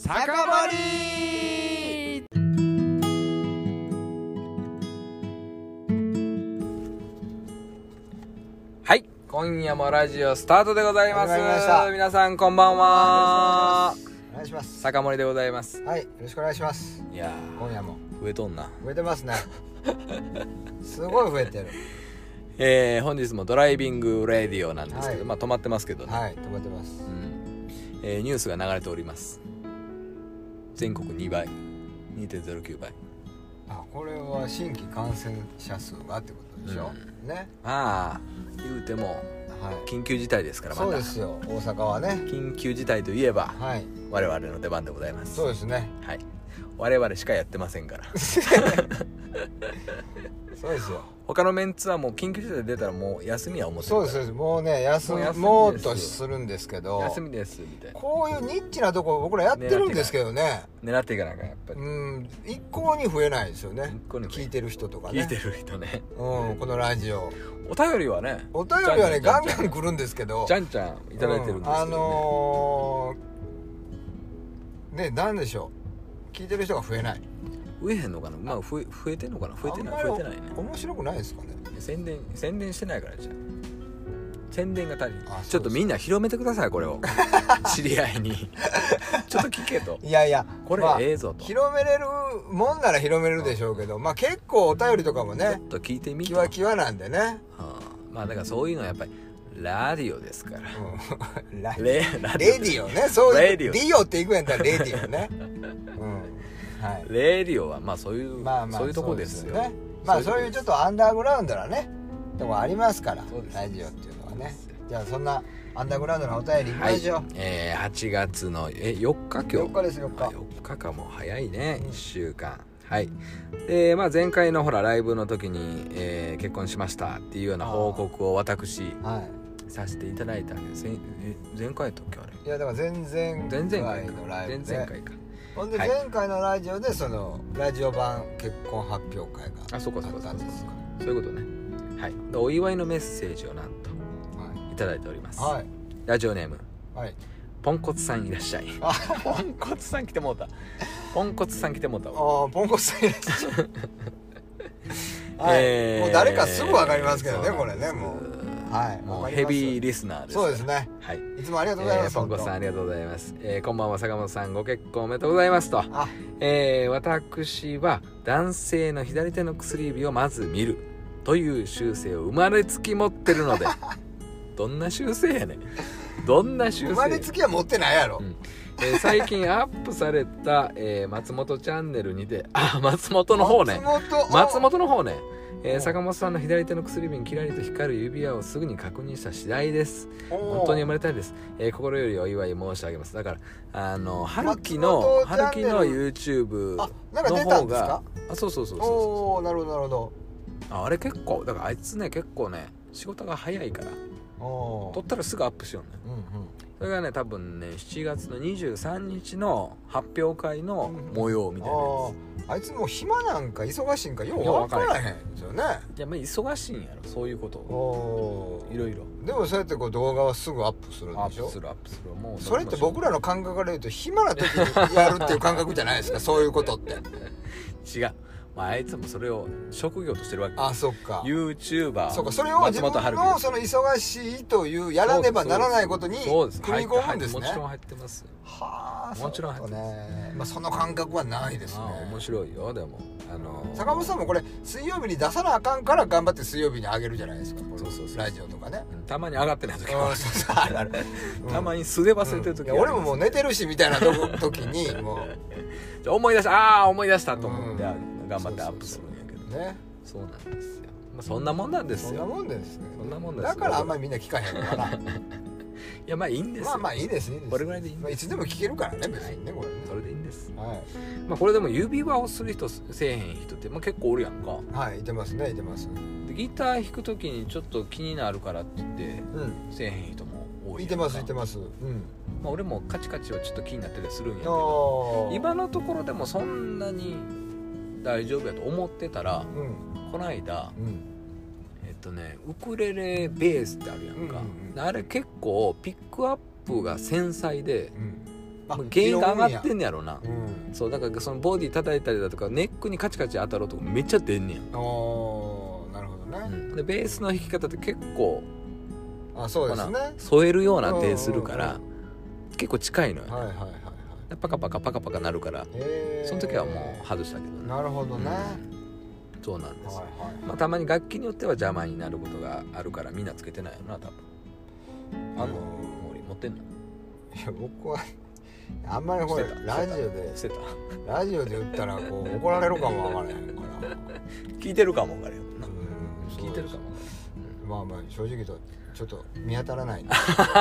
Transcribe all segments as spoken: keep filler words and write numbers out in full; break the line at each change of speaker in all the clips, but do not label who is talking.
酒盛り。はい、今夜もラジオスタートでございます。皆さんこんばんは。
お願いします。
酒盛りでございます。
はい、よろしくお願いします。
いや
今夜も
増えとんな。
増えてますね。すごい増えてる。
えー、本日もドライビングレディオなんですけど、はい、まあ止まってますけどね。
はい、止まってます。
うん、えー、ニュースが流れております。全国にばい にてんゼロきゅう 倍。
あ、これは新規感染者数がってことでしょ、うん、ね。
まあ言うても、はい、緊急事態ですからまた。
そうですよ、大阪はね。
緊急事態といえば、はい、我々の出番でございます。
そうですね。
はい。我々しかやってませんから。
そうですよ。
他のメンツはもう緊急事態出たらもう休みは思ってるから。
そうです。もうね、休もうとするんですけど、
休みですみたいな。こ
ういうニッチなとこ僕らやってるんですけどね。
狙っていかなきゃやっぱり。
うん、一向に増えないですよね。聞いてる人とかね。
聞いてる人ね。
うん、このラジオ。
お便りはね。
お便りはね、ガンガン来るんですけど。
じゃんじゃんいただいてるんですけどね。
あのー、ね、なんでしょう。聞いてる人が増えない。
増えへんのかな。まあ増え増えてんのかな。増えてない増えてないね。
面白くないですかね。
宣伝宣伝してないからじゃん。宣伝が足りん。ちょっとみんな広めてくださいこれを。知り合いにちょっと聞けと。
いやいや
これええぞと。
広めれるもんなら広めるでしょうけど、まあ結構お便りとかもね。
ちょっと聞いてみ。
キワキワなんでね。は
あ、まあだからそういうのはやっぱりラディオですから。
うん、ラレディオね。そういうディオっていくんやったらレディオね。うん、はい。
レディオはまあそういうまあまあそういうとこですよね。
まあそういうちょっとアンダーグラウンドなねとこありますから、ラジオっていうのはね。じゃあそんなアンダーグラウンドのお便りいきましょう。はい、
えー、はちがつのえよっか今日。
よっかですよっか。
よっかかも早いね、うん、いっしゅうかん。はい。でまあ前回のほらライブの時に、えー、結婚しましたっていうような報告を私、はい、させていただいたんです。え前回とっけあれ。
いやだから前々回のライブで。
前々回か。ほん
で前回のラジオでそのラジオ版結婚発表会があったんですか。
そういうことね。はい。でお祝いのメッセージをなんといただいております。はい。ラジオネーム、はい、ポンコツさんいらっしゃい。あ、ポンコツさん来てもうた。ポンコツさん来てもうた。ああ、
ポンコツさんいらっしゃい。はい、えー、もう誰かすぐわかりますけどね、これね、もう。はい、
もうヘビーリスナーです。
そうですね。はい。いつもありがとうございます。
えー、ポンコツさんありがとうございます。えー、こんばんは坂本さん、ご結婚おめでとうございますと。あ、えー、私は男性の左手の薬指をまず見るという習性を生まれつき持ってるので。どんな習性やねん。どんな習性。
生まれつきは持ってないやろ。
うんえー、最近アップされた、えー、松本チャンネルにて、あ、松本の方ね。松本、松本の方ね。えー、坂本さんの左手の薬指にキラリと光る指輪をすぐに確認した次第です。本当に生まれたいです。えー、心よりお祝い申し上げます。だからあの春樹の春樹の YouTube の方が、あ、そうそうそうそうそう。
おー、なるほどなるほど。
あ、あれ結構だからあいつね結構ね仕事が早いから。撮ったらすぐアップしようね、うんうん、それがね多分ねしちがつのにじゅうさんにちの発表会の模様みたいなやつ、
うん、あ, あいつもう暇なんか忙しいんかよう分からへんですよね。
いやまあ忙しいんやろそういうことをいろいろ。
でもそうやってこう動画はすぐアップするんでしょ。
アップするアップする。もう
それって僕らの感覚から言うと暇な時にやるっていう感覚じゃないですか。そういうことって
違う。まあ、あいつもそれを職業としてるわけ。
あ、そっか。
YouTuber。
そうか、それを自分のその忙しいというやらねばならないことに組み込むんですね。
もちろん入ってます。
はあ、
もちろん入ってます。
ね、まあその感覚はないですね。
ああ、面白いよでも。あのー、
坂本さんもこれ水曜日に出さなあかんから頑張って水曜日に上げるじゃないですか。
そうそうそう。
ラジオとかね。
たまに上がってない時もある。そうそうあるある。たまに素で忘れてる時、
うん、俺ももう寝てるしみたいな時にも
う思い出した。ああ思い出したと思って。うん頑張ってアップするんやけどね。そうなんですよ。まあ、そんなもんなんですよ。
そんなもんですね。
そんなもんです。
だからあんまりみんな聞かへんのかな。い
やまあいいんですよ。
まあまあいいですいいです。
これぐらいでいいんです。
まあ、いつでも聞けるからね別にねこれね。
それでいいんです。
はい。
まあこれでも指輪をする人せえへん人ってまあ結構おるやんか。
はいいてますねいてます。
でギター弾くときにちょっと気になるからって言って、うん、せえへん人も多い。
いてますいてます。うん。
まあ俺もカチカチはちょっと気になってたりするんやけど、今のところでもそんなに大丈夫やと思ってたら、うん、この間、うん、えっとねウクレレベースってあるやんか、うんうんうん、あれ結構ピックアップが繊細で、 原因が上がってんねやろな、
うん、
そうだからそのボディ叩いたりだとかネックにカチカチ当たるとめっちゃ出んねや。
おー、なるほどね、
うん、でベースの弾き方って結構
あそうですね
添えるような手するから結構近いのよね、
はいはいはいはい、
パカパカパカパカなるからその時はもう外したけどね。
なるほどね、
うん、そうなんです、
はいはいはい、
まあ、たまに楽器によっては邪魔になることがあるからみんなつけてないよな多分。あの森持ってんの？
いや僕はあんまりこれラジオで
捨てた
ラジオで言ったらこう怒られるかもわからへんから
聞いてるかもわからへん、うん、聞いてるかも、
うん、まあまあ正直言うとちょっと見当たらないんで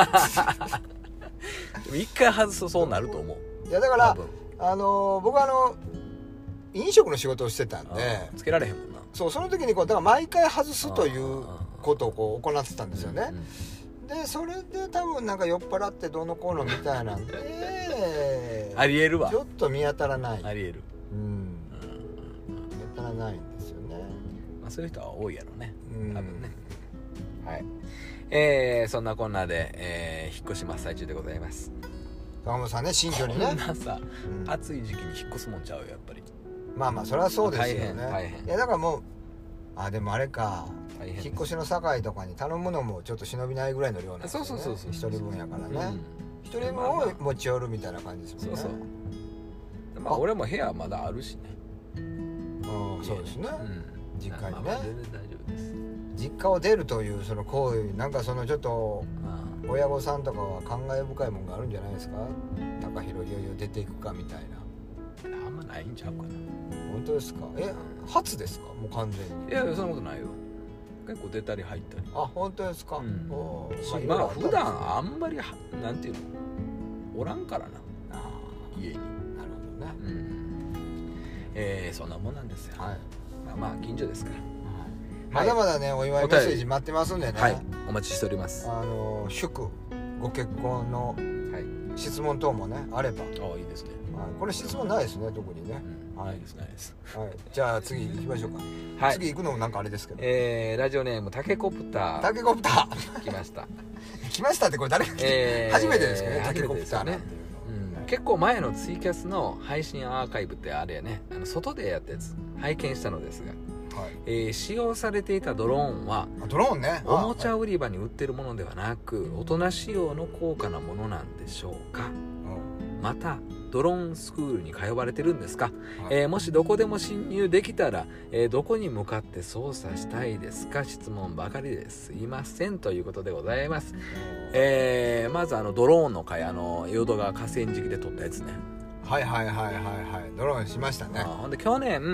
一回外すとそうなると思
う。いやだからあのー、僕はあの飲食の仕事をしてたんで
つけられへんもんな。
そうその時にこうだから毎回外すということをこう行ってたんですよね、うんうん、でそれで多分なんか酔っ払ってどうのこうのみたいなんで
ありえるわ。
ちょっと見当たらない。
ありえる、
うん、見当たらないんですよね、
まあ、そういう人は多いやろうね多分ね、
うん、はい、
えー、そんなこんなで、えー、引っ越し真っ最中でございます。
坂本さんね新居にね
こんなさ、うん、暑い時期に引っ越すもんちゃうよやっぱり。
まあまあそれはそうですよね。
大変大変。
いやだからもうあでもあれか引っ越しの境とかに頼むのもちょっと忍びないぐらいの量なんですよね。そうそうそうそう一人分やからね、うん、一人分を持ち寄るみたいな感じですもんね。そうそう
まあ俺も部屋まだあるしね。
うんそうですね、うん、実家にね、
まあ、まあ全然大丈夫です。
実家を出るというその行為なんかそのちょっと親御さんとかは感慨深いものがあるんじゃないですか。高弘いよいよ出ていくかみたいな。
あんまないんちゃうかな。
本当ですか。え初ですかもう完全に。
いやそんなことないよ。結構出たり入ったり。
あ本当ですか、うん
まあ、まあ普段あんまりなんていうのおらんからなあ家に。
なるほどね、うん
えー、そんなもんなんですよ、はい、まあまあ近所ですから、はい、
まだまだねお祝いメッセージ待ってますんでね、
はい、お待ちしております。
あの祝ご結婚の質問等もねあれば。あ
いいですね、
はい、これ質問ないですね特にね、
うん、はい、ないですないです、
はい、じゃあ次行きましょうか、はい、次行くのもなんかあれですけど、
えー、ラジオネームタケコプター。
タケコプター
来ました
来ましたってこれ誰が来て、えー、初めてですけどねタケコプターね、
うん、結構前のツイキャスの配信アーカイブってあれやねあの外でやったやつ拝見したのですが、はいえー、使用されていたドローンは
ドローンね
おもちゃ売り場に売ってるものではなく大人仕様の高価なものなんでしょうか。またドローンスクールに通われてるんですか、はいえー、もしどこでも侵入できたら、えー、どこに向かって操作したいですか。質問ばかりですいませんということでございます、えー、まずあのドローンの回あの淀川河川敷で撮ったやつね。
はいはいはいはいはいドローンしましたね。
ほんで去年、うん、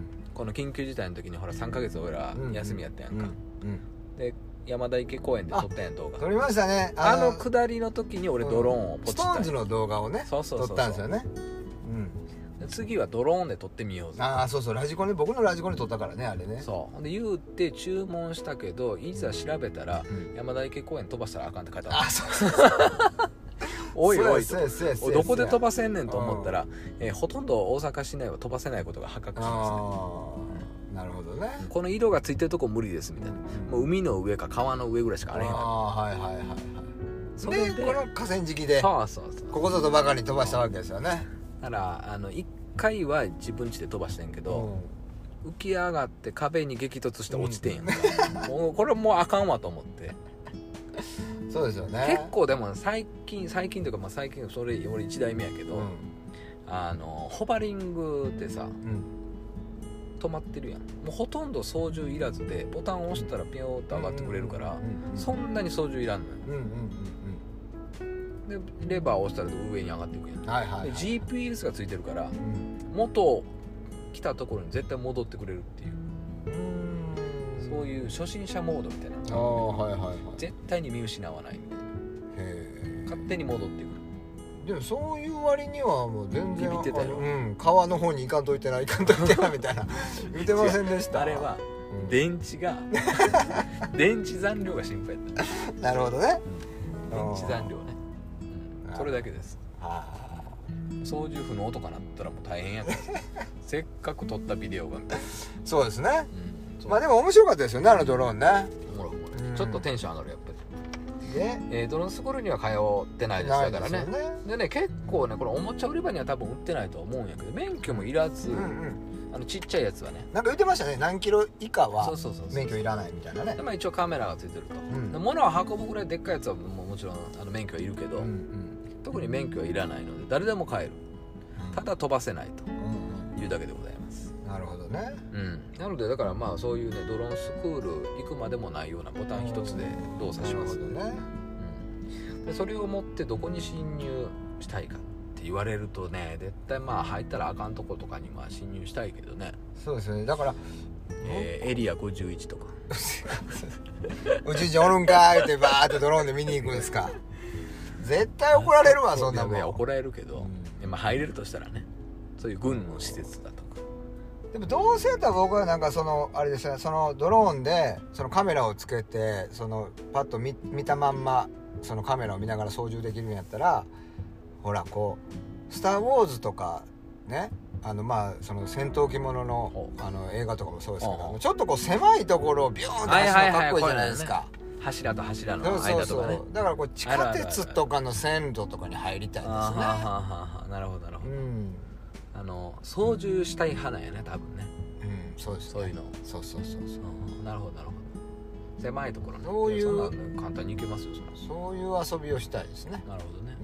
この緊急事態の時にほらさんかげつ俺ら休みやったやんか、うんうんうん、で山田池公園で撮ったやん動画
撮りましたね。
あの下りの時に俺ドローンをポチった、
うん、ストーンズの動画をね
そうそうそうそう
撮ったんですよね、
うん、次はドローンで撮ってみようぜ。
ああそうそうラジコンで僕のラジコンで撮ったからねあれね。
そうで言うて注文したけどいざ調べたら、うん、山田池公園飛ばしたらあかんって書いてあった。あそうそうそうおいおいとどこで飛ばせんねんと思ったら、えー、ほとんど大阪市内は飛ばせないことが発覚しましたね。
なるほどね。
この色がついてるとこ無理ですみたいな、うん、もう海の上か川の上ぐらいしかあれへん。ああはいはいはいはい。それでこの河川敷でそうそうそうここぞとばかり飛ばしたわけですよね。 だからあのいっかいは自分家で飛ばしてんけど、うん、浮き上がって壁に激突して落ちてんやんか、うん、もうこれもうあかんわと思って
そうですよね。
結構でも最近最近というかまあ最近それ俺いちだいめやけど、うん、あのホバリングってさ、うん止まってるやん。もうほとんど操縦いらずでボタンを押したらピヨーっと上がってくれるから、うんうんうん、そんなに操縦いらんのよ、うんうんうん、でレバーを押したら上に上がっていくやん、はいはいはい、で ジーピーエス がついてるから、うん、元来たところに絶対戻ってくれるっていう、うんそういう初心者モードみたいなあ、はいはいはい、絶対に見失わないみたいな。へ勝手に戻ってくる。
でもそういう割にはもう全然
ビビってたよ、
うん、川の方に行かんといてない行かんといてないみたいな言ってませんでした。
あれは、うん、電池が電池残量が心配だった
なるほどね、
うん、電池残量ね、うん、それだけです。操縦不能とかなったらもう大変やったせっかく撮ったビデオがみたいな。
そうですね、うん、まあでも面白かったですよねあのドローンね。
おもろいおもろい、うん、ちょっとテンション上がるやっぱり。
で、
えー、ドローンスクールには通ってないですだからね。でね結構ねこれおもちゃ売り場には多分売ってないと思うんやけど免許もいらず、うんうん、あのちっちゃいやつはね
なんか言ってましたね何キロ以下は免許いらないみたいなね。
で、まあ、一応カメラがついてると、うん、で物を運ぶぐらいでっかいやつはもうもちろんあの免許はいるけど、うんうん、特に免許はいらないので誰でも買える、うん、ただ飛ばせないというだけでございます。
なるほどね、
うん、なのでだからまあそういうねドローンスクール行くまでもないようなボタン一つで動作しますよね、うん、でそれを持ってどこに侵入したいかって言われるとね絶対まあ入ったらあかんとことかにまあ侵入したいけどね。
そうですよね。だから、
えー、エリアごじゅういちとか
うちじゃおるんかーってバーってドローンで見に行くんですか。絶対怒られるわそんなもん。
いや怒られるけど、うん、まあ入れるとしたらねそういう軍の施設だとか。
でもどうせやったら僕はなんかそのあれですねそのドローンでそのカメラをつけてそのパッと 見, 見たまんまそのカメラを見ながら操縦できるんやったらほらこうスター・ウォーズとかねあのまあその戦闘機もののあの映画とかもそうですけどちょっとこう狭いところをビューンって走るのかっこいいじゃないですか。
柱と柱の間とかね。そうそう
だからこう地下鉄とかの線路とかに入りたいですね。
あなるほどなるほど、うんあの操縦したい派なんやね多分ね。
うんそうですね。
そういうの
そうそうそうそう。
なるほどなるほど。狭いところね。
そういう
そんな簡単に行けますよそれ。
そういう遊びをしたいですね。
なるほどね。
うん、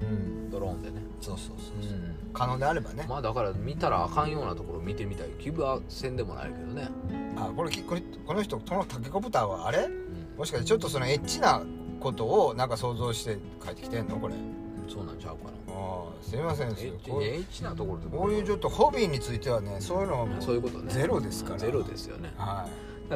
ドローンでね。
そうそうそうそう、うん、可能であればね。
まあだから見たらあかんようなところ見てみたい気分はせんでもないけどね。
あこれこれこの人このタケコプターはあれ、うん、もしかしてちょっとそのエッチなことをなんか想像して帰ってきてんのこれ。
そうなんちゃうかな。
あすいませんですよ。
エッチなところで
こういうちょっとホビーについてはねそういうのはもう
そういうことね
ゼロですから。
ゼロですよね。
はい。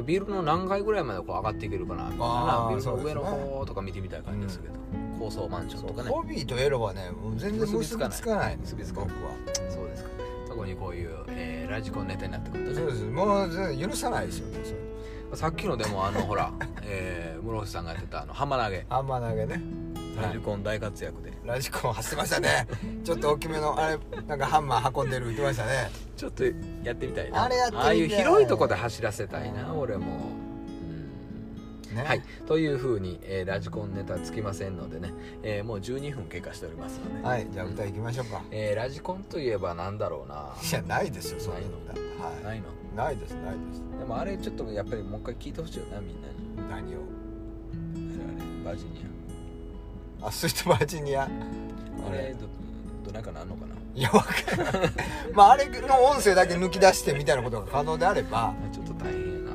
ビルの何階ぐらいまでこう上がっていけるかなみたいなビルの上の方とか見てみたい感じですけど、うん、高層マンションとかね。
ホビーとエロはねもう全然結びつかない
結びつかない僕は。そうですか。そこにこういう、えー、ラジコンネタになってくるとね。
そうですもう全然許さないですよねそれ。
さっきのでもあのほら、えー、室伏さんがやってたあのハンマー投げ
ハンマー投げね
ラジコン大活躍で
ラジコン走ってましたねちょっと大きめのあれなんかハンマー運んでる言ってましたね。
ちょっとやってみたいな。
あれやってみたい。
ああいう広いとこで走らせたいな俺も、うんね、はいという風に、えー、ラジコンネタつきませんのでね、えー、もうじゅうにふん経過しておりますので
はいじゃあ歌いきましょうか、
えー、ラジコンといえばなんだろうな。
いやないですよそういうの
歌、はい、ないの
ないですないです。
でもあれちょっとやっぱりもう一回聞いてほしいよなみんなに。
何を
あれバージニ
アあスイートバージニア
あれどどなんかなんのかな。
いやわからないまああれの音声だけ抜き出してみたいなことが可能であれば
ちょっと大変やな、うん、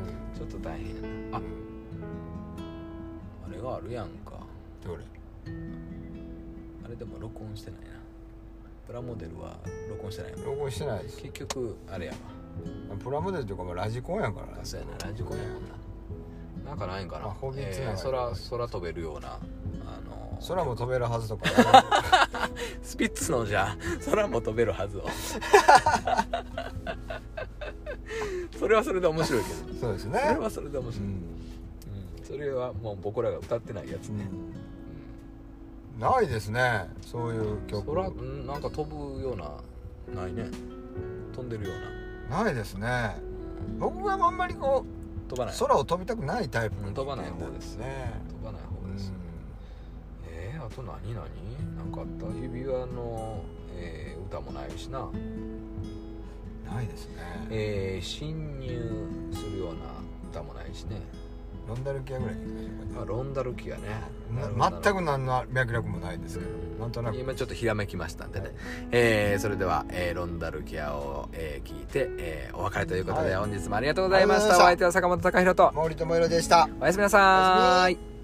ちょっと大変やなあ、あれがあるやんか。
どれ
あれでも録音してないな。プラモデルは録音してないの。
録音してないです。
結局あれやわ
プラモデルというかラジコンやからね。
そうやなラジコンやもんな。なんかないんかな。
ホビーつながり、
えー、空空飛べるようなあの
空も飛べるはずとか、ね、
スピッツのじゃ空も飛べるはずをそれはそれで面白いけど
そうですね
それはそれで面白い、うんうん、それはもう僕らが歌ってないやつね、
うん、ないですねそういう曲。
空なんか飛ぶようなないね。飛んでるよう
なないですね。僕はあんまりこう
飛ばない
空を飛びたくないタイプの、
ね、飛ばない方ですね。飛ばない方です、うん、えー、あと何何なんかあった指輪の、えー、歌もないしな。
ないですね、
えー、侵入するような歌もないしね。
ロンダルキアぐらいに行きましょうか。
あロンダルキアね。
全く何の脈絡もないですけど、うん、なんとなく
今ちょっとひらめきましたんでね、はいえー、それでは、えー、ロンダルキアを、えー、聞いて、えー、お別れということで、はい、本日もありがとうございました。お相手は坂本貴弘と
森友宏でした。
おやすみなさい。